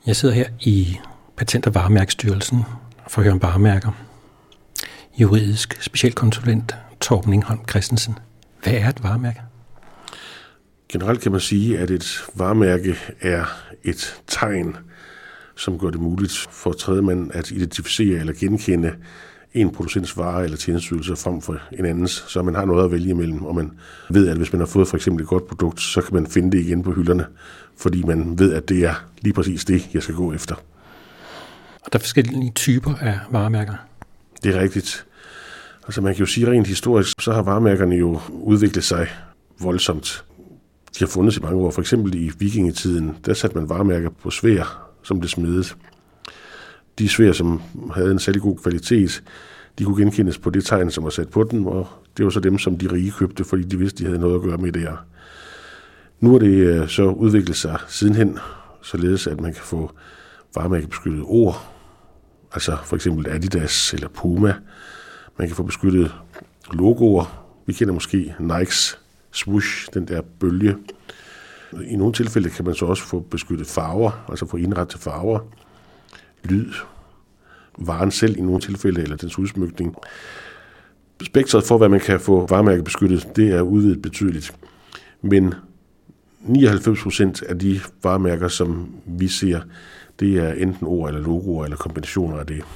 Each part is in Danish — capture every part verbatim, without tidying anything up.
Jeg sidder her i Patent- og Varemærkestyrelsen for at høre om varemærker. Juridisk specialkonsulent Torben Ingholm Christensen. Hvad er et varemærke? Generelt kan man sige, at et varemærke er et tegn, som gør det muligt for tredjemand at identificere eller genkende en producents vare eller tjenesteydelse frem for en andens, så man har noget at vælge imellem, og man ved, at hvis man har fået for eksempel et godt produkt, så kan man finde det igen på hylderne, fordi man ved, at det er lige præcis det, jeg skal gå efter. Og der er forskellige typer af varemærker. Det er rigtigt. Altså man kan jo sige rent historisk, så har varemærkerne jo udviklet sig voldsomt. De har fundet i mange år. For eksempel i vikingetiden, der satte man varemærker på sværd, som blev smedet. De sværd, som havde en særlig god kvalitet, de kunne genkendes på det tegn, som var sat på dem, og det var så dem, som de rige købte, fordi de vidste, de havde noget at gøre med det her. Nu er det så udviklet sig sidenhen, således at man kan få varemærkebeskyttede ord, altså for eksempel Adidas eller Puma. Man kan få beskyttede logoer. Vi kender måske Nikes swoosh, den der bølge. I nogle tilfælde kan man så også få beskyttet farver, altså få indret til farver, lyd, varen selv i nogle tilfælde, eller dens udsmykning. Spektret for, hvad man kan få varemærke beskyttet, det er udvidet betydeligt. Men nioghalvfems procent af de varemærker, som vi ser, det er enten ord eller logoer eller kombinationer af det.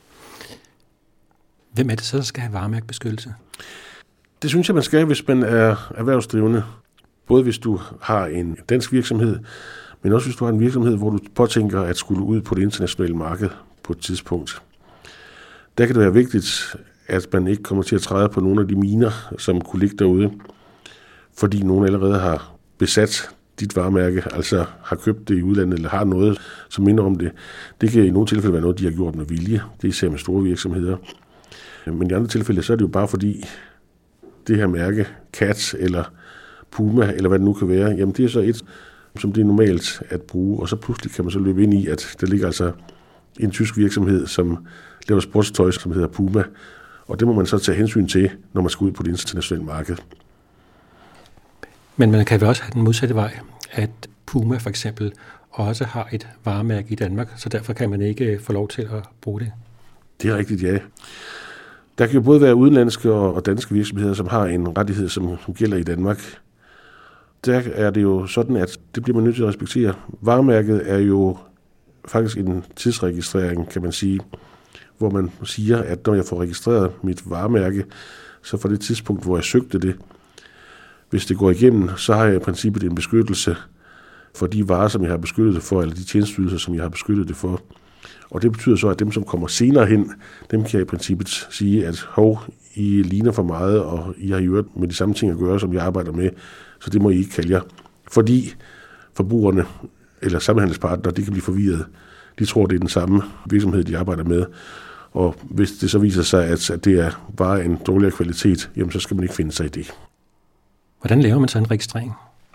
Hvem er det så, der skal have varemærkebeskyttelse? Det synes jeg, man skal, hvis man er erhvervsdrivende. Både hvis du har en dansk virksomhed, men også hvis du har en virksomhed, hvor du påtænker at skulle ud på det internationale marked på et tidspunkt. Der kan det være vigtigt, at man ikke kommer til at træde på nogle af de miner, som kunne ligge derude, fordi nogen allerede har besat dit varemærke, altså har købt det i udlandet, eller har noget, som minder om det. Det kan i nogle tilfælde være noget, de har gjort med vilje. Det er især med store virksomheder. Men i andre tilfælde, så er det jo bare fordi, det her mærke, Cat eller Puma, eller hvad det nu kan være, jamen det er så et, som det er normalt at bruge, og så pludselig kan man så løbe ind i, at der ligger altså en tysk virksomhed, som laver sportstøj, som hedder Puma, og det må man så tage hensyn til, når man skal ud på det internationale marked. Men man kan vel også have den modsatte vej, at Puma for eksempel også har et varemærke i Danmark, så derfor kan man ikke få lov til at bruge det. Det er rigtigt, ja. Der kan jo både være udenlandske og danske virksomheder, som har en rettighed, som, som gælder i Danmark. Der er det jo sådan, at det bliver man nødt til at respektere. Varemærket er jo faktisk en tidsregistrering, kan man sige, hvor man siger, at når jeg får registreret mit varemærke, så fra det tidspunkt, hvor jeg søgte det, hvis det går igennem, så har jeg i princippet en beskyttelse for de varer, som jeg har beskyttet det for, eller de tjenesteydelser, som jeg har beskyttet det for. Og det betyder så, at dem, som kommer senere hen, dem kan jeg i princippet sige, at hov, I ligner for meget, og I har i øvrigt med de samme ting at gøre, som jeg arbejder med, så det må I ikke kalde jer. Fordi forbrugerne eller samhandelspartnere, de kan blive forvirret. De tror, det er den samme virksomhed, de arbejder med. Og hvis det så viser sig, at det er bare en dårligere kvalitet, jamen så skal man ikke finde sig i det. Hvordan laver man så en registrering?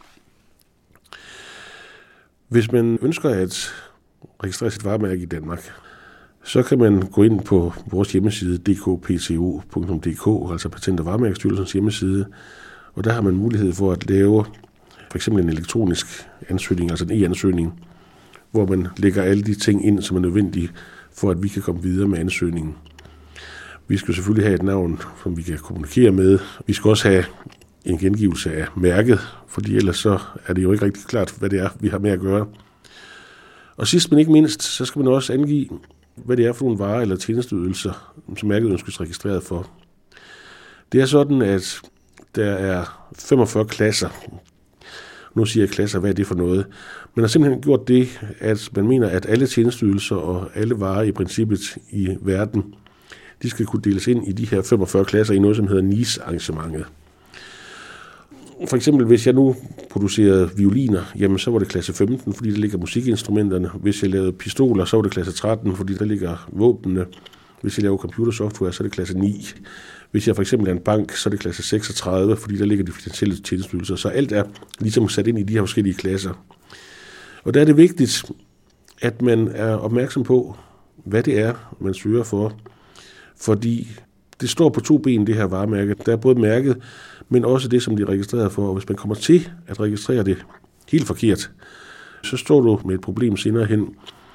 Hvis man ønsker at registrere sit varemærke i Danmark, så kan man gå ind på vores hjemmeside d k p t o punktum d k, altså Patent- og Varemærkestyrelsens hjemmeside, og der har man mulighed for at lave for eksempel en elektronisk ansøgning, altså en e-ansøgning, hvor man lægger alle de ting ind, som er nødvendige for, at vi kan komme videre med ansøgningen. Vi skal selvfølgelig have et navn, som vi kan kommunikere med. Vi skal også have en gengivelse af mærket, fordi ellers så er det jo ikke rigtig klart, hvad det er, vi har med at gøre. Og sidst men ikke mindst, så skal man også angive, hvad det er for nogle varer eller tjenesteydelser, som mærket ønskes registreret for. Det er sådan, at der er femogfyrre klasser. Nu siger jeg klasser, hvad er det for noget? Man har simpelthen gjort det, at man mener, at alle tjenesteydelser og alle varer i princippet i verden, de skal kunne deles ind i de her femogfyrre klasser i noget, som hedder N I S-arrangementet. For eksempel, hvis jeg nu producerede violiner, jamen så var det klasse femten, fordi der ligger musikinstrumenterne. Hvis jeg lavede pistoler, så var det klasse tretten, fordi der ligger våbnene. Hvis jeg laver computersoftware, så er det klasse ni. Hvis jeg for eksempel er en bank, så er det klasse seksogtredive, fordi der ligger de finansielle tjenesteydelser. Så alt er ligesom sat ind i de her forskellige klasser. Og der er det vigtigt, at man er opmærksom på, hvad det er, man søger for. Fordi det står på to ben, det her varemærke. Der er både mærket, men også det, som de er registreret for. Og hvis man kommer til at registrere det helt forkert, så står du med et problem senere hen.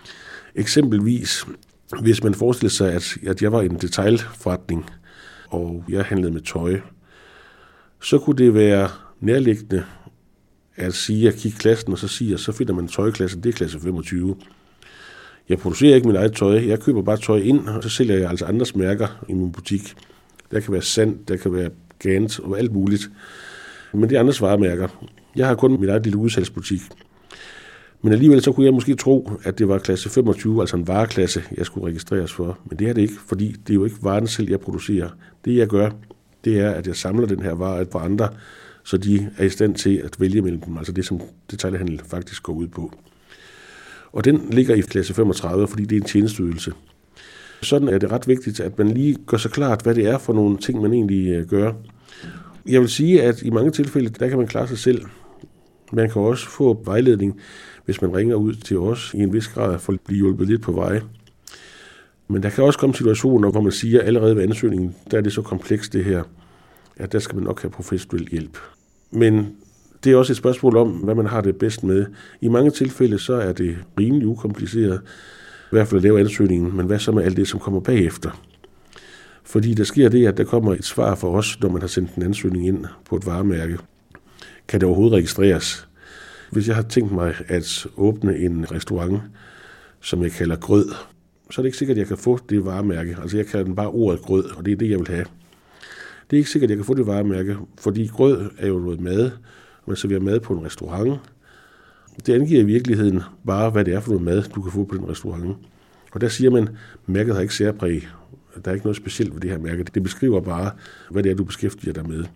Eksempelvis, hvis man forestiller sig, at, at jeg var i en detailforretning, og jeg handlede med tøj, så kunne det være nærliggende at sige, at kigge klassen, og så siger, så finder man tøjklassen, det er klasse femogtyve. Jeg producerer ikke min eget tøj, jeg køber bare tøj ind, og så sælger jeg altså andres mærker i min butik. Der kan være Sand, der kan være Gant og alt muligt. Men det er andres varemærker. Jeg har kun min eget lille udsalgsbutik. Men alligevel så kunne jeg måske tro, at det var klasse femogtyve, altså en vareklasse, jeg skulle registreres for. Men det er det ikke, fordi det er jo ikke varen selv, jeg producerer. Det jeg gør, det er, at jeg samler den her vare på andre, så de er i stand til at vælge mellem dem, altså det, som detailhandel faktisk går ud på. Og den ligger i klasse femogtredive, fordi det er en tjenesteydelse. Sådan er det ret vigtigt, at man lige gør sig klart, hvad det er for nogle ting, man egentlig gør. Jeg vil sige, at i mange tilfælde, der kan man klare sig selv. Man kan også få vejledning, hvis man ringer ud til os i en vis grad for at blive hjulpet lidt på vej. Men der kan også komme situationer, hvor man siger, at allerede ved ansøgningen, der er det så komplekst det her, at der skal man nok have professionel hjælp. Men det er også et spørgsmål om, hvad man har det bedst med. I mange tilfælde, så er det rimelig ukompliceret, i hvert fald at lave ansøgningen, men hvad så med alt det, som kommer bagefter? Fordi der sker det, at der kommer et svar for os, når man har sendt en ansøgning ind på et varemærke. Kan det overhovedet registreres? Hvis jeg har tænkt mig at åbne en restaurant, som jeg kalder Grød, så er det ikke sikkert, at jeg kan få det varemærke. Altså jeg kalder den bare ordet Grød, og det er det, jeg vil have. Det er ikke sikkert, at jeg kan få det varemærke, fordi grød er jo noget mad, og man serverer mad på en restaurant. Det angiver i virkeligheden bare, hvad det er for noget mad, du kan få på den restaurant. Og der siger man, at mærket har ikke særpræg. Der er ikke noget specielt ved det her mærke. Det beskriver bare, hvad det er, du beskæftiger dig med.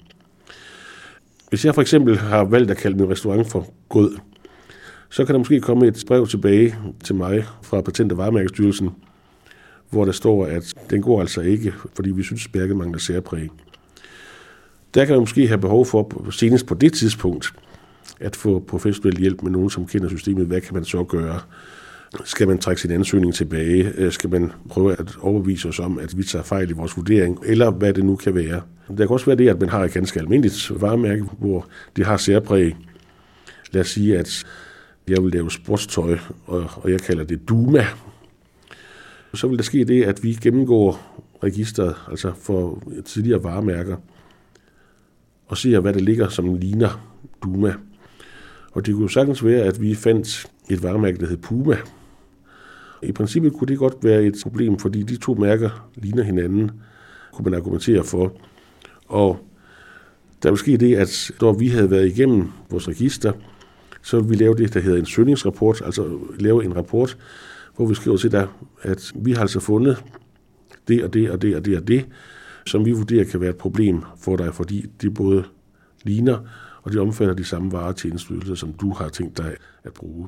Hvis jeg for eksempel har valgt at kalde min restaurant for Grød, så kan der måske komme et brev tilbage til mig fra Patent- og Varemærkestyrelsen, hvor der står, at den går altså ikke, fordi vi synes, at mærket mangler særpræg. Der kan man måske have behov for, senest på det tidspunkt, at få professionel hjælp med nogen, som kender systemet. Hvad kan man så gøre? Skal man trække sin ansøgning tilbage? Skal man prøve at overbevise os om, at vi tager fejl i vores vurdering? Eller hvad det nu kan være. Der kan også være det, at man har et ganske almindeligt varemærke, hvor det har særpræg. Lad os sige, at jeg vil lave sportstøj, og jeg kalder det Duma. Så vil der ske det, at vi gennemgår registret, altså for tidligere varemærker, og ser, hvad der ligger, som ligner Duma. Og det kunne jo sagtens være, at vi fandt et varemærke, der hed Puma. I princippet kunne det godt være et problem, fordi de to mærker ligner hinanden, kunne man argumentere for. Og der vil ske det, at når vi havde været igennem vores register, så ville vi lave det, der hedder en søgningsrapport, altså lave en rapport, hvor vi skriver til dig, at vi har altså fundet det og det og det og det og det, som vi vurderer kan være et problem for dig, fordi det både ligner, og det omfatter de samme varetjenestydelser, som du har tænkt dig at bruge.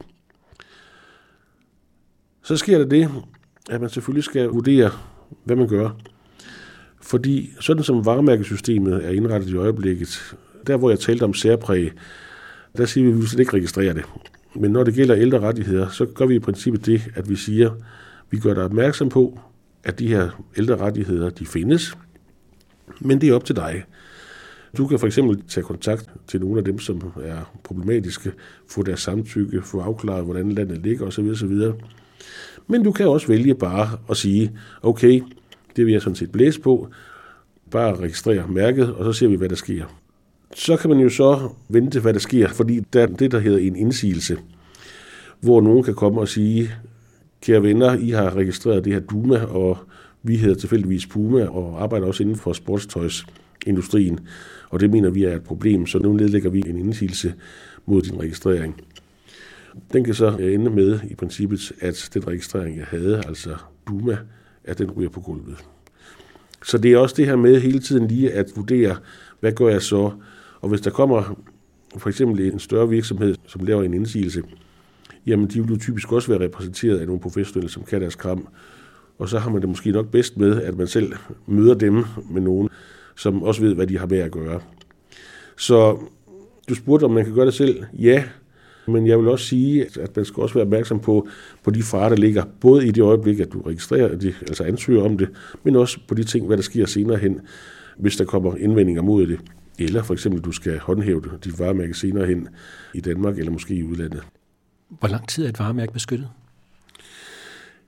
Så sker der det, at man selvfølgelig skal vurdere, hvad man gør. Fordi sådan som varemærkesystemet er indrettet i øjeblikket, der hvor jeg talte om særpræg, der siger vi, at vi slet ikke registrerer det. Men når det gælder ældre rettigheder, så gør vi i princippet det, at vi siger, at vi gør dig opmærksom på, at de her ældre rettigheder, de findes, men det er op til dig. Du kan for eksempel tage kontakt til nogle af dem, som er problematiske, få deres samtykke, få afklaret, hvordan landet ligger osv. osv. Men du kan også vælge bare at sige, okay, det vil jeg sådan set blæse på, bare registrere mærket, og så ser vi, hvad der sker. Så kan man jo så vente, hvad der sker, fordi der er det, der hedder en indsigelse, hvor nogen kan komme og sige, kære venner, I har registreret det her Duma, og vi hedder tilfældigvis Puma, og arbejder også inden for sportstøjsindustrien, og det mener vi er et problem, så nu nedlægger vi en indsigelse mod din registrering. Den kan så ende med i princippet, at den registrering, jeg havde, altså Duma, at den ryger på gulvet. Så det er også det her med hele tiden lige at vurdere, hvad gør jeg så? Og hvis der kommer for eksempel en større virksomhed, som laver en indsigelse, jamen de vil jo typisk også være repræsenteret af nogle professionelle, som kan deres kram. Og så har man det måske nok bedst med, at man selv møder dem med nogen, som også ved, hvad de har med at gøre. Så du spurgte, om man kan gøre det selv. Ja, men jeg vil også sige, at man skal også være opmærksom på, på de farer, der ligger, både i det øjeblik, at du registrerer det, altså ansøger om det, men også på de ting, hvad der sker senere hen, hvis der kommer indvendinger mod det. Eller for eksempel, du skal håndhæve dit varemærke senere hen i Danmark, eller måske i udlandet. Hvor lang tid er et varemærke beskyttet?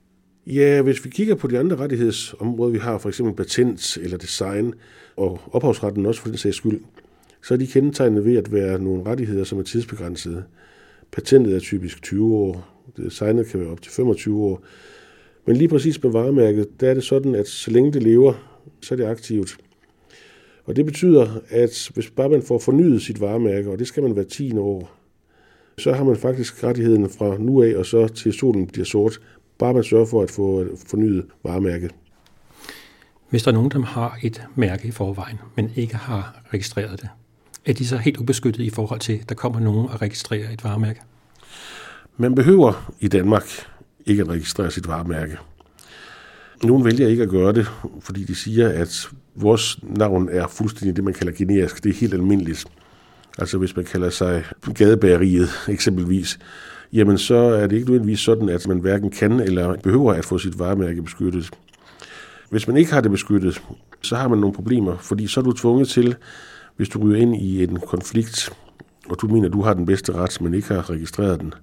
Ja, hvis vi kigger på de andre rettighedsområder, vi har, for eksempel patent eller design, og ophavsretten også for den sags skyld, så er de kendetegnet ved at være nogle rettigheder, som er tidsbegrænsede. Patentet er typisk tyve år, designet kan være op til femogtyve år, men lige præcis med varemærket, der er det sådan, at så længe det lever, så er det aktivt. Og det betyder, at hvis bare man får fornyet sit varemærke, og det skal man være tiende år, så har man faktisk rettigheden fra nu af, og så til solen bliver sort, bare man sørger for at få fornyet varemærket. Hvis der er nogen, der har et mærke i forvejen, men ikke har registreret det, er de så helt ubeskyttet i forhold til, at der kommer nogen at registrere et varemærke? Man behøver i Danmark ikke at registrere sit varemærke. Nogle vælger ikke at gøre det, fordi de siger, at vores navn er fuldstændig det, man kalder generisk. Det er helt almindeligt. Altså hvis man kalder sig Gadebageriet eksempelvis, jamen så er det ikke nødvendigvis sådan, at man hverken kan eller behøver at få sit varemærke beskyttet. Hvis man ikke har det beskyttet, så har man nogle problemer, fordi så er du tvunget til, hvis du ryger ind i en konflikt, og du mener, at du har den bedste ret, men ikke har registreret den,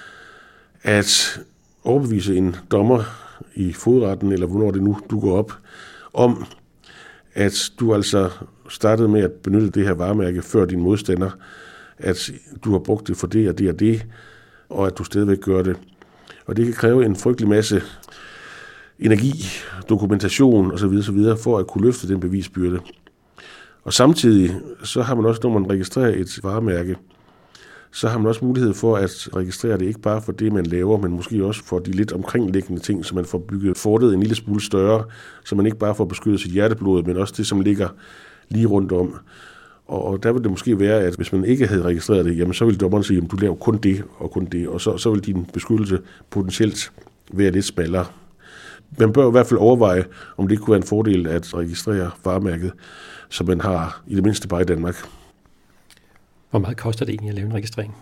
at overbevise en dommer i fogedretten, eller hvornår det nu du går op, om at du altså startede med at benytte det her varemærke før din modstander, at du har brugt det for det og det og det, og at du stadigvæk gør det. Og det kan kræve en frygtelig masse energi, dokumentation osv. osv. for at kunne løfte den bevisbyrde. Og samtidig så har man også, når man registrerer et varemærke, så har man også mulighed for at registrere det ikke bare for det, man laver, men måske også for de lidt omkringliggende ting, så man får bygget fortet en lille smule større, så man ikke bare får beskyttet sit hjerteblod, men også det, som ligger lige rundt om. Og der vil det måske være, at hvis man ikke havde registreret det, jamen så vil dommeren sige, at du laver kun det og kun det, og så, så vil din beskyttelse potentielt være lidt smallere. Man bør i hvert fald overveje, om det kunne være en fordel at registrere varemærket, som man har i det mindste bare i Danmark. Hvor meget koster det egentlig at lave en registrering?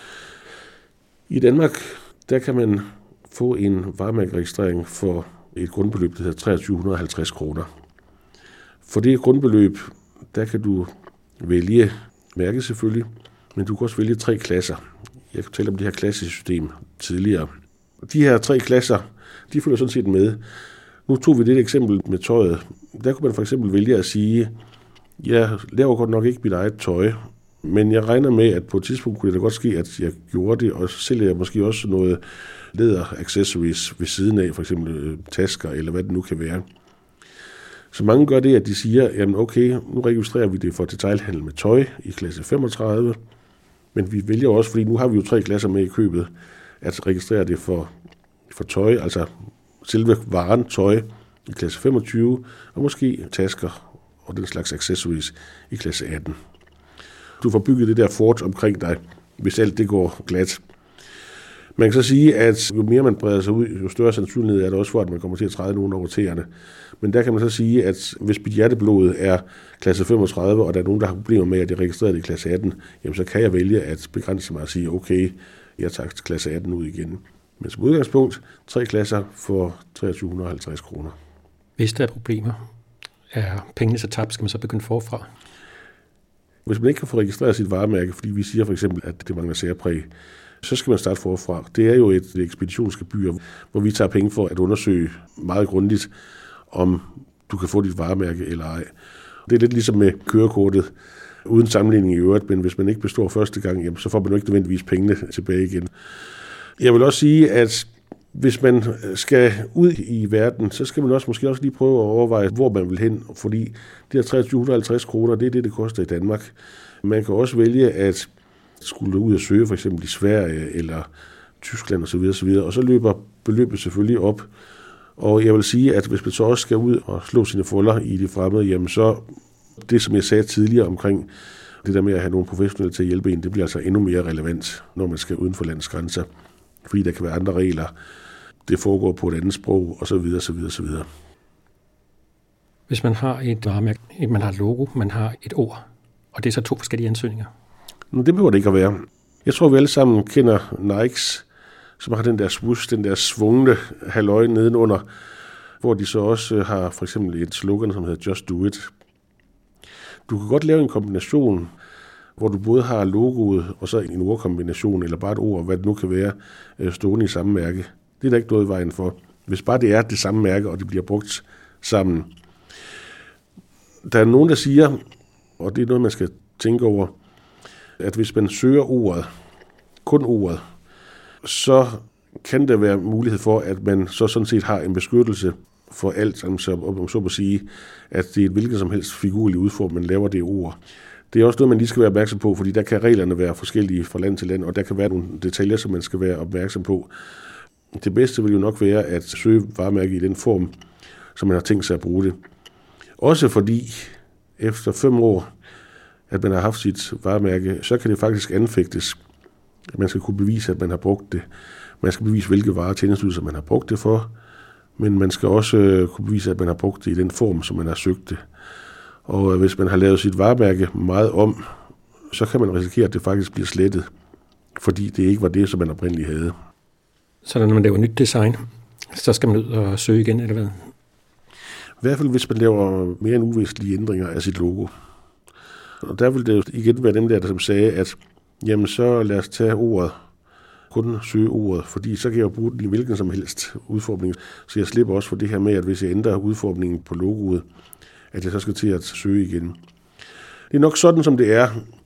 I Danmark, der kan man få en varemærkeregistrering for et grundbeløb, der hedder tre tusind tre hundrede og halvtreds kroner. For det grundbeløb, der kan du vælge mærket selvfølgelig, men du kan også vælge tre klasser. Jeg kan tale om det her klassesystem tidligere. De her tre klasser, de følger sådan set med. Nu tog vi det et eksempel med tøjet. Der kunne man for eksempel vælge at sige, jeg laver godt nok ikke mit eget tøj, men jeg regner med, at på et tidspunkt kunne det da godt ske, at jeg gjorde det, og så sælger jeg måske også noget læder accessories ved siden af, for eksempel tasker eller hvad det nu kan være. Så mange gør det, at de siger, jamen okay, nu registrerer vi det for detailhandel med tøj i klasse femogtredive, men vi vælger også, fordi nu har vi jo tre klasser med i købet, at registrere det for, for tøj, altså selve varen tøj i klasse femogtyve, og måske tasker og den slags accessories i klasse atten. Du får bygget det der fort omkring dig, hvis alt det går glat. Man kan så sige, at jo mere man breder sig ud, jo større sandsynlighed er det også for, at man kommer til at træde nogen over tæerne. Men der kan man så sige, at hvis mit hjerteblod er klasse femogtredive, og der er nogen, der har problemer med, at jeg registrerer det i klasse atten, jamen så kan jeg vælge at begrænse mig og sige, okay, jeg tager klasse atten ud igen. Men som udgangspunkt, tre klasser for tre tusind tre hundrede og halvtreds kroner. Hvis der er problemer, er pengene så tabt, skal man så begynde forfra? Hvis man ikke kan få registreret sit varemærke, fordi vi siger for eksempel, at det mangler særpræg, så skal man starte forfra. Det er jo et ekspeditionsgebyr, hvor vi tager penge for at undersøge meget grundigt, om du kan få dit varemærke eller ej. Det er lidt ligesom med kørekortet, uden sammenligning i øvrigt, men hvis man ikke består første gang, jamen, så får man jo ikke nødvendigvis pengene tilbage igen. Jeg vil også sige, at hvis man skal ud i verden, så skal man også måske også lige prøve at overveje, hvor man vil hen, fordi de her tre tusind tre hundrede og halvtreds kroner, det er det, det koster i Danmark. Man kan også vælge at skulle ud og søge, for eksempel i Sverige eller Tyskland osv., osv., og så løber beløbet selvfølgelig op. Og jeg vil sige, at hvis man så også skal ud og slå sine folder i de fremmede, jamen så det, som jeg sagde tidligere omkring det der med at have nogle professionelle til at hjælpe en, det bliver altså endnu mere relevant, når man skal uden for landets grænser. Fordi der kan være andre regler, det foregår på et andet sprog, og så videre, så videre, så videre. Hvis man har et varemærke, man har et logo, man har et ord, og det er så to forskellige ansøgninger? Men det behøver det ikke at være. Jeg tror, vi alle sammen kender Nikes, som har den der swoosh, den der svungne halløj nedenunder, hvor de så også har for eksempel et slogan, som hedder Just Do It. Du kan godt lave en kombination, hvor du både har logoet og så en ordkombination, eller bare et ord, hvad det nu kan være, stående i samme mærke. Det er der ikke noget i vejen for. Hvis bare det er det samme mærke, og det bliver brugt sammen. Der er nogen, der siger, og det er noget, man skal tænke over, at hvis man søger ordet, kun ordet, så kan der være mulighed for, at man så sådan set har en beskyttelse for alt, om så, så må sige, at det er et hvilket som helst figurlig udform, man laver det ord. Det er også noget, man lige skal være opmærksom på, fordi der kan reglerne være forskellige fra land til land, og der kan være nogle detaljer, som man skal være opmærksom på. Det bedste vil jo nok være at søge varemærke i den form, som man har tænkt sig at bruge det. Også fordi efter fem år, at man har haft sit varemærke, så kan det faktisk anfægtes. Man skal kunne bevise, at man har brugt det. Man skal bevise, hvilke varer og tjenesteydelser man har brugt det for, men man skal også kunne bevise, at man har brugt det i den form, som man har søgt det. Og hvis man har lavet sit varemærke meget om, så kan man risikere, at det faktisk bliver slettet, fordi det ikke var det, som man oprindeligt havde. Så når man laver nyt design, så skal man ud og søge igen, eller hvad? I hvert fald, hvis man laver mere end uvæsentlige ændringer af sit logo. Og der vil det jo igen være dem der, der som sagde, at jamen så lad os tage ordet, kun søge ordet, fordi så kan jeg jo bruge den i hvilken som helst udformning. Så jeg slipper også for det her med, at hvis jeg ændrer udformningen på logoet, at jeg så skal til at søge igen. Det er nok sådan, som det er,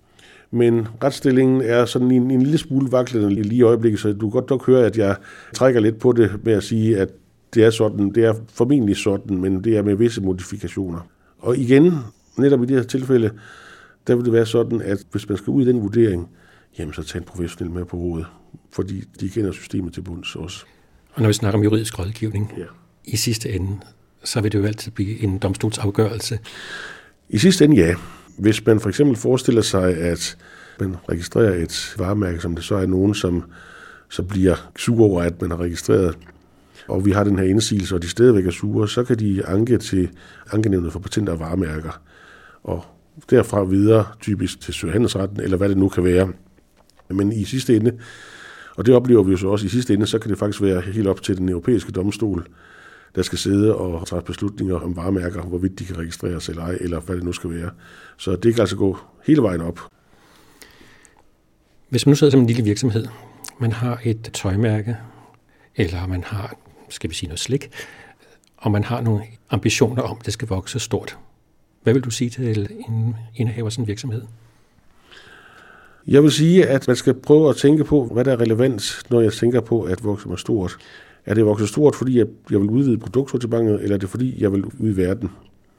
men retsstillingen er sådan en, en lille smule vaklende lige i øjeblikket, så du kan godt nok høre, at jeg trækker lidt på det med at sige, at det er sådan, det er formentlig sådan, men det er med visse modifikationer. Og igen, netop i det her tilfælde, der vil det være sådan, at hvis man skal ud i den vurdering, jamen så tag en professionel med på rådet, fordi de kender systemet til bunds også. Og når vi snakker om juridisk rådgivning, ja. I sidste ende, så vil det jo altid blive en domstolsafgørelse. I sidste ende ja. Hvis man for eksempel forestiller sig, at man registrerer et varemærke, som det så er nogen, som så bliver sure over, at man har registreret, og vi har den her indsigelse, og de stadigvæk er sure, så kan de anke til Ankenævnet for Patenter og Varemærker, og derfra videre typisk til Søhandelsretten, eller hvad det nu kan være. Men i sidste ende, og det oplever vi jo så også i sidste ende, så kan det faktisk være helt op til den europæiske domstol, der skal sidde og træffe beslutninger om varemærker, hvorvidt de kan registreres eller ej, eller hvad det nu skal være. Så det kan altså gå hele vejen op. Hvis man nu sidder som en lille virksomhed, man har et tøjmærke, eller man har, skal vi sige noget slik, og man har nogle ambitioner om, at det skal vokse stort. Hvad vil du sige til en indehaver af sådan en virksomhed? Jeg vil sige, at man skal prøve at tænke på, hvad der er relevant, når jeg tænker på at vokse mig stort. Er det vokset stort, fordi jeg vil udvide produktsortimentet, eller er det fordi, jeg vil ud i verden?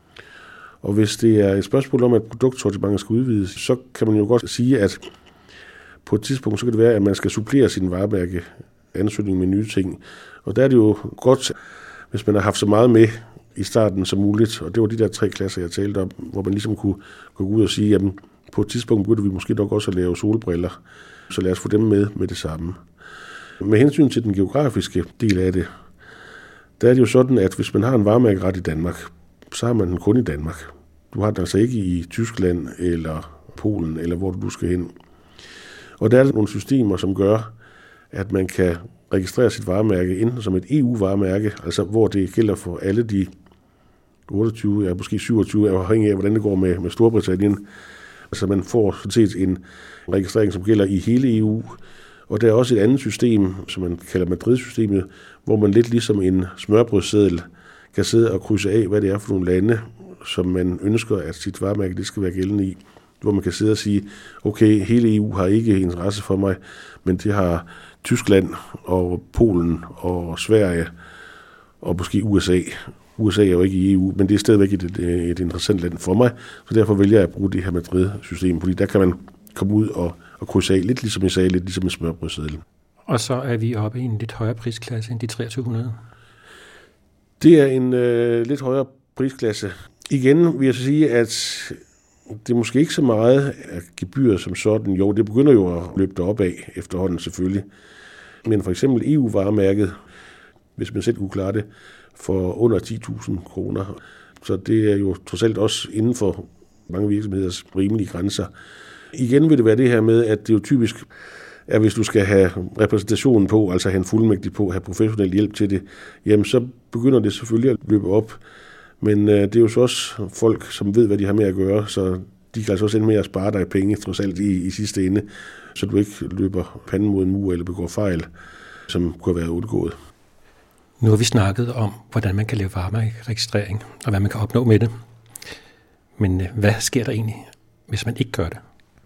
Og hvis det er et spørgsmål om, at produktsortimentet skal udvides, så kan man jo godt sige, at på et tidspunkt, så kan det være, at man skal supplere sin varemærke ansøgning med nye ting. Og der er det jo godt, hvis man har haft så meget med i starten som muligt, og det var de der tre klasser, jeg talte om, hvor man ligesom kunne gå ud og sige, jamen på et tidspunkt burde vi måske nok også at lave solbriller, så lad os få dem med med det samme. Med hensyn til den geografiske del af det, der er det jo sådan, at hvis man har en varemærkeret i Danmark, så har man den kun i Danmark. Du har den altså ikke i Tyskland eller Polen, eller hvor du skal hen. Og der er nogle systemer, som gør, at man kan registrere sit varemærke enten som et E U-varemærke, altså hvor det gælder for alle de otteogtyve, ja måske syvogtyve, afhængig af, hvordan det går med, med Storbritannien. Altså man får sådan set en registrering, som gælder i hele E U. Og der er også et andet system, som man kalder Madrid-systemet, hvor man lidt ligesom en smørbrødsseddel kan sidde og krydse af, hvad det er for nogle lande, som man ønsker, at sit varemærke det skal være gældende i. Hvor man kan sidde og sige, okay, hele E U har ikke interesse for mig, men det har Tyskland og Polen og Sverige og måske U S A. U S A er jo ikke i E U, men det er stadigvæk et, et, et interessant land for mig, så derfor vælger jeg at bruge det her Madrid-system, fordi der kan man komme ud og, og krydse af, lidt ligesom jeg sagde, lidt ligesom en smørbrødseddel. Og så er vi oppe i en lidt højere prisklasse end de treogtyve hundrede? Det er en øh, lidt højere prisklasse. Igen vil jeg så sige, at det er måske ikke så meget af gebyrer som sådan. Jo, det begynder jo at løbe derop af efterhånden selvfølgelig. Men for eksempel E U-varemærket, hvis man selv kunne klare det, for under ti tusind kroner. Så det er jo trods alt også inden for mange virksomheders rimelige grænser. Igen vil det være det her med, at det jo typisk er, hvis du skal have repræsentationen på, altså have en fuldmægtig på, have professionel hjælp til det, jamen så begynder det selvfølgelig at løbe op. Men øh, det er jo så også folk, som ved, hvad de har med at gøre, så de kan altså også ende med at spare dig penge, trods alt i, i sidste ende, så du ikke løber panden mod en mur eller begår fejl, som kunne have været undgået. Nu har vi snakket om, hvordan man kan lave varemærkeregistrering, og hvad man kan opnå med det. Men hvad sker der egentlig, hvis man ikke gør det?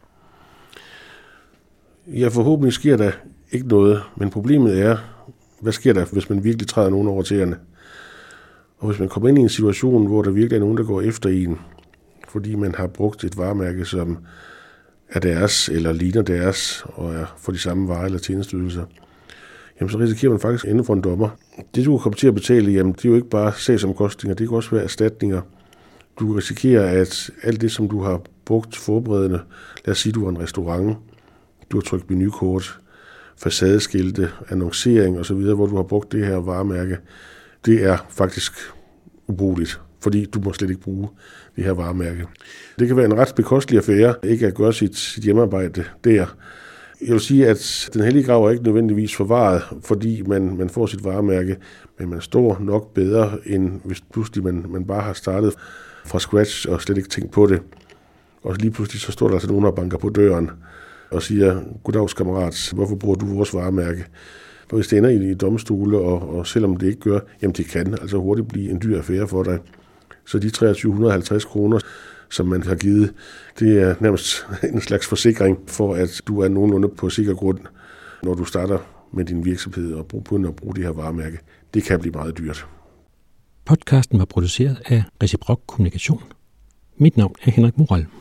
Ja, forhåbentlig sker der ikke noget, men problemet er, hvad sker der, hvis man virkelig træder nogen over tæerne? Og hvis man kommer ind i en situation, hvor der virkelig er nogen, der går efter en, fordi man har brugt et varemærke, som er deres eller ligner deres, og er for de samme varer eller tjenesteydelser, jamen så risikerer man faktisk ende for en dommer. Det, du kommer til at betale, jamen det er jo ikke bare sagsomkostninger, det kan også være erstatninger. Du risikerer, at alt det, som du har brugt forberedende, lad os sige, du har en restaurant, du har trykt menukort, facadeskilte, annoncering osv., hvor du har brugt det her varemærke, det er faktisk ubrugeligt, fordi du må slet ikke bruge det her varemærke. Det kan være en ret bekostelig affære, ikke at gøre sit, sit hjemmearbejde der. Jeg vil sige, at den hellige grav er ikke nødvendigvis forvaret, fordi man, man får sit varemærke, men man står nok bedre, end hvis pludselig man, man bare har startet fra scratch og slet ikke tænkt på det. Og lige pludselig så står der altså nogen, der banker på døren og siger, goddags kammerat, hvorfor bruger du vores varemærke? Og hvis det ender i, i domstole, og, og selvom det ikke gør, jamen det kan altså hurtigt blive en dyr affære for dig. Så de tre tusind tre hundrede og halvtreds kroner, som man har givet, det er nærmest en slags forsikring for, at du er nogenlunde på sikker grund, når du starter med din virksomhed og begynder at bruge det her varemærke. Det kan blive meget dyrt. Podcasten var produceret af Reciprok Kommunikation. Mit navn er Henrik Morel.